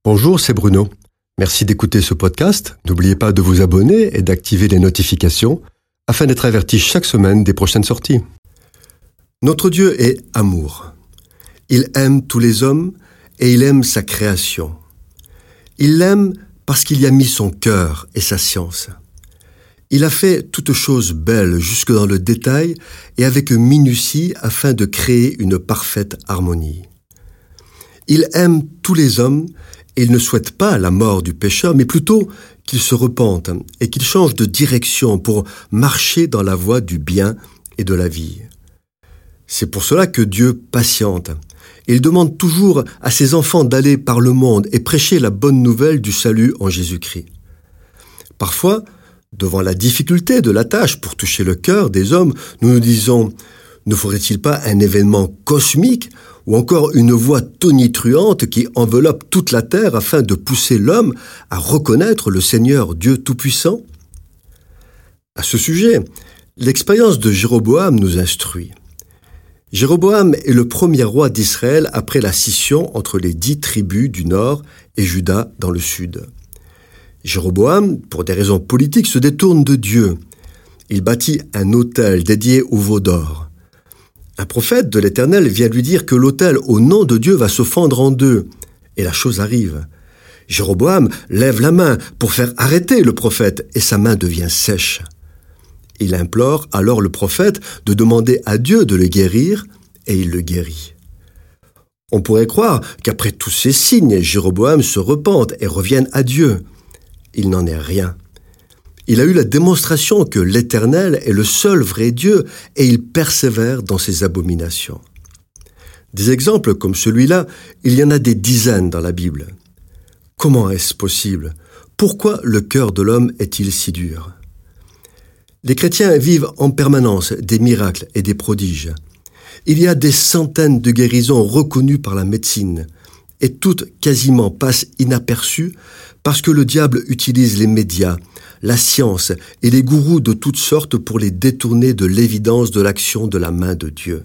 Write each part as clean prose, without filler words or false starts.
Bonjour, c'est Bruno. Merci d'écouter ce podcast. N'oubliez pas de vous abonner et d'activer les notifications afin d'être averti chaque semaine des prochaines sorties. Notre Dieu est amour. Il aime tous les hommes et il aime sa création. Il l'aime parce qu'il y a mis son cœur et sa science. Il a fait toutes choses belles jusque dans le détail et avec minutie afin de créer une parfaite harmonie. Il aime tous les hommes et il ne souhaite pas la mort du pécheur, mais plutôt qu'il se repente et qu'il change de direction pour marcher dans la voie du bien et de la vie. C'est pour cela que Dieu patiente. Il demande toujours à ses enfants d'aller par le monde et prêcher la bonne nouvelle du salut en Jésus-Christ. Parfois, devant la difficulté de la tâche pour toucher le cœur des hommes, nous nous disons « Ne faudrait-il pas un événement cosmique ou encore une voix tonitruante qui enveloppe toute la terre afin de pousser l'homme à reconnaître le Seigneur Dieu Tout-Puissant ?» À ce sujet, l'expérience de Jéroboam nous instruit. Jéroboam est le premier roi d'Israël après la scission entre les 10 tribus du nord et Juda dans le sud. Jéroboam, pour des raisons politiques, se détourne de Dieu. Il bâtit un autel dédié au veau d'or. Un prophète de l'Éternel vient lui dire que l'autel au nom de Dieu va se fendre en deux. Et la chose arrive. Jéroboam lève la main pour faire arrêter le prophète et sa main devient sèche. Il implore alors le prophète de demander à Dieu de le guérir et il le guérit. On pourrait croire qu'après tous ces signes, Jéroboam se repente et revienne à Dieu. Il n'en est rien. Il a eu la démonstration que l'Éternel est le seul vrai Dieu et il persévère dans ses abominations. Des exemples comme celui-là, il y en a des dizaines dans la Bible. Comment est-ce possible? Pourquoi le cœur de l'homme est-il si dur? Les chrétiens vivent en permanence des miracles et des prodiges. Il y a des centaines de guérisons reconnues par la médecine et toutes quasiment passent inaperçues parce que le diable utilise les médias, la science et les gourous de toutes sortes pour les détourner de l'évidence de l'action de la main de Dieu.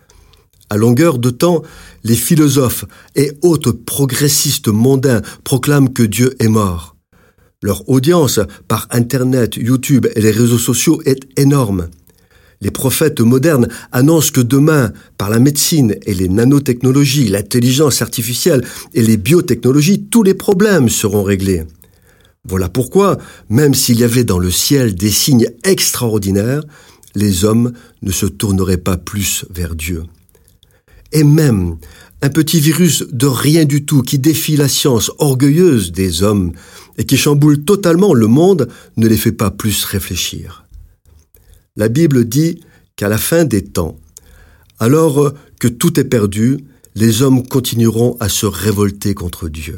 À longueur de temps, les philosophes et autres progressistes mondains proclament que Dieu est mort. Leur audience par Internet, YouTube et les réseaux sociaux est énorme. Les prophètes modernes annoncent que demain, par la médecine et les nanotechnologies, l'intelligence artificielle et les biotechnologies, tous les problèmes seront réglés. Voilà pourquoi, même s'il y avait dans le ciel des signes extraordinaires, les hommes ne se tourneraient pas plus vers Dieu. Et même un petit virus de rien du tout qui défie la science orgueilleuse des hommes et qui chamboule totalement le monde ne les fait pas plus réfléchir. La Bible dit qu'à la fin des temps, alors que tout est perdu, les hommes continueront à se révolter contre Dieu.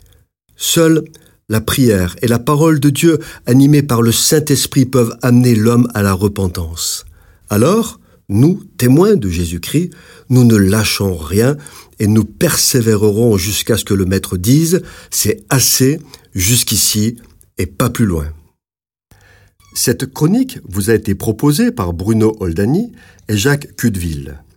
Seule la prière et la parole de Dieu animées par le Saint-Esprit peuvent amener l'homme à la repentance. Alors, nous, témoins de Jésus-Christ, nous ne lâchons rien et nous persévérerons jusqu'à ce que le Maître dise « c'est assez, jusqu'ici et pas plus loin ». Cette chronique vous a été proposée par Bruno Oldani et Jacques Cudeville.